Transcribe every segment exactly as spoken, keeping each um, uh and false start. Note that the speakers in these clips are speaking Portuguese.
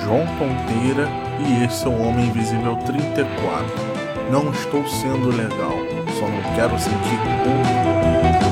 João Tonteira e esse é o Homem Invisível trinta e quatro. Não estou sendo legal, só não quero sentir culpa.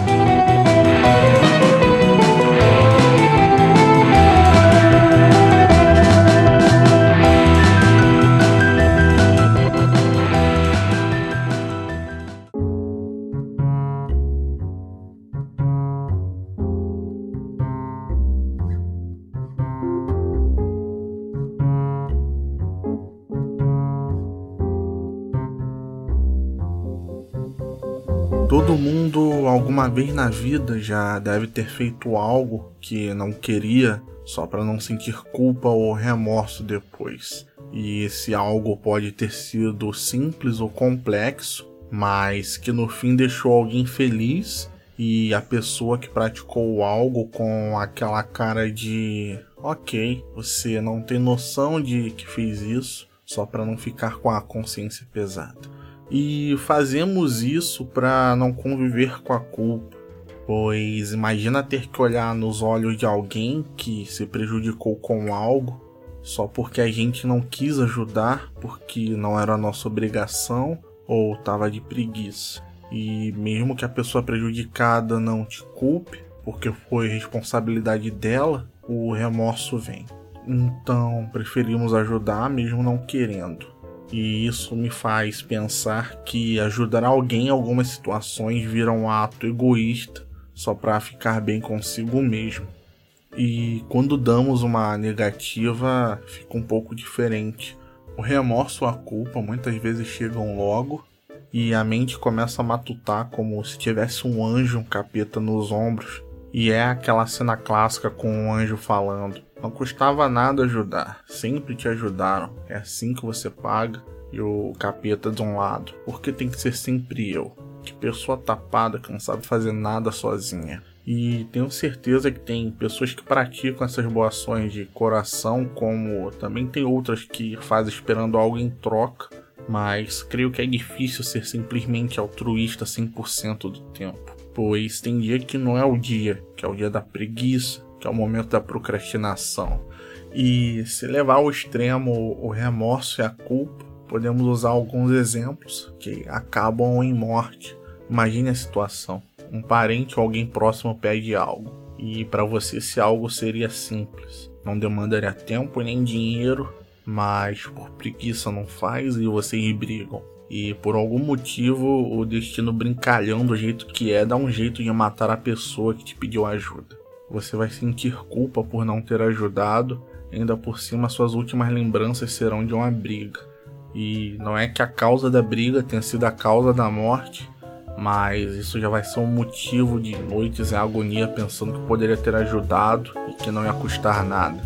Todo mundo alguma vez na vida já deve ter feito algo que não queria só para não sentir culpa ou remorso depois. E esse algo pode ter sido simples ou complexo, mas que no fim deixou alguém feliz e a pessoa que praticou algo com aquela cara de ok, você não tem noção de que fez isso só para não ficar com a consciência pesada. E fazemos isso para não conviver com a culpa, pois imagina ter que olhar nos olhos de alguém que se prejudicou com algo só porque a gente não quis ajudar, porque não era a nossa obrigação ou estava de preguiça. E mesmo que a pessoa prejudicada não te culpe, porque foi responsabilidade dela, o remorso vem. Então preferimos ajudar mesmo não querendo. E isso me faz pensar que ajudar alguém em algumas situações vira um ato egoísta só para ficar bem consigo mesmo. E quando damos uma negativa fica um pouco diferente. O remorso ou a culpa muitas vezes chegam logo e a mente começa a matutar como se tivesse um anjo, um capeta nos ombros. E é aquela cena clássica com um anjo falando: não custava nada ajudar, sempre te ajudaram, é assim que você paga. E o capeta de um lado: por que tem que ser sempre eu? Que pessoa tapada que não sabe fazer nada sozinha. E tenho certeza que tem pessoas que praticam essas boas ações de coração, como também tem outras que fazem esperando algo em troca. Mas creio que é difícil ser simplesmente altruísta cem por cento do tempo. Pois tem dia que não é o dia, que é o dia da preguiça, que é o momento da procrastinação. E se levar ao extremo o remorso e a culpa, podemos usar alguns exemplos que acabam em morte. Imagine a situação: um parente ou alguém próximo pede algo, e para você esse algo seria simples, não demandaria tempo nem dinheiro, mas por preguiça não faz e vocês brigam. E por algum motivo o destino brincalhão do jeito que é dá um jeito de matar a pessoa que te pediu ajuda. Você vai sentir culpa por não ter ajudado, ainda por cima suas últimas lembranças serão de uma briga. E não é que a causa da briga tenha sido a causa da morte, mas isso já vai ser um motivo de noites em agonia pensando que poderia ter ajudado e que não ia custar nada.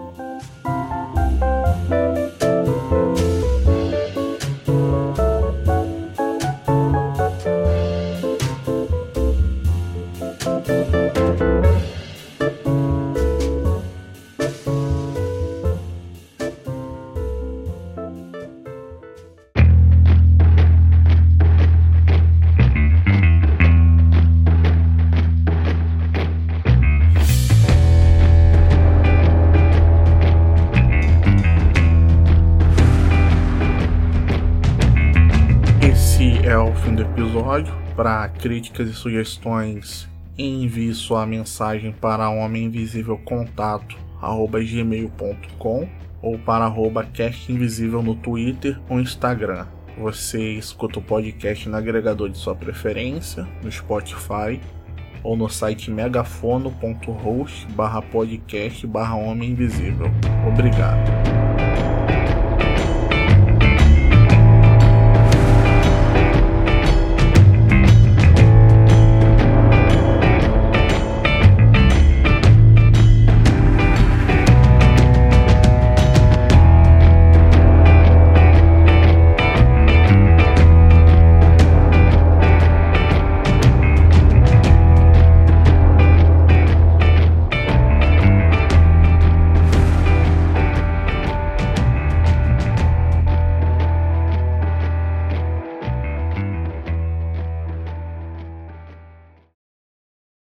É o fim do episódio. Para críticas e sugestões, envie sua mensagem para homeminvisívelcontato arroba gmail ponto com ou para arroba castinvisível no Twitter ou Instagram. Você escuta o podcast no agregador de sua preferência, no Spotify ou no site megafono ponto host barra podcast barra homem invisível. Obrigado.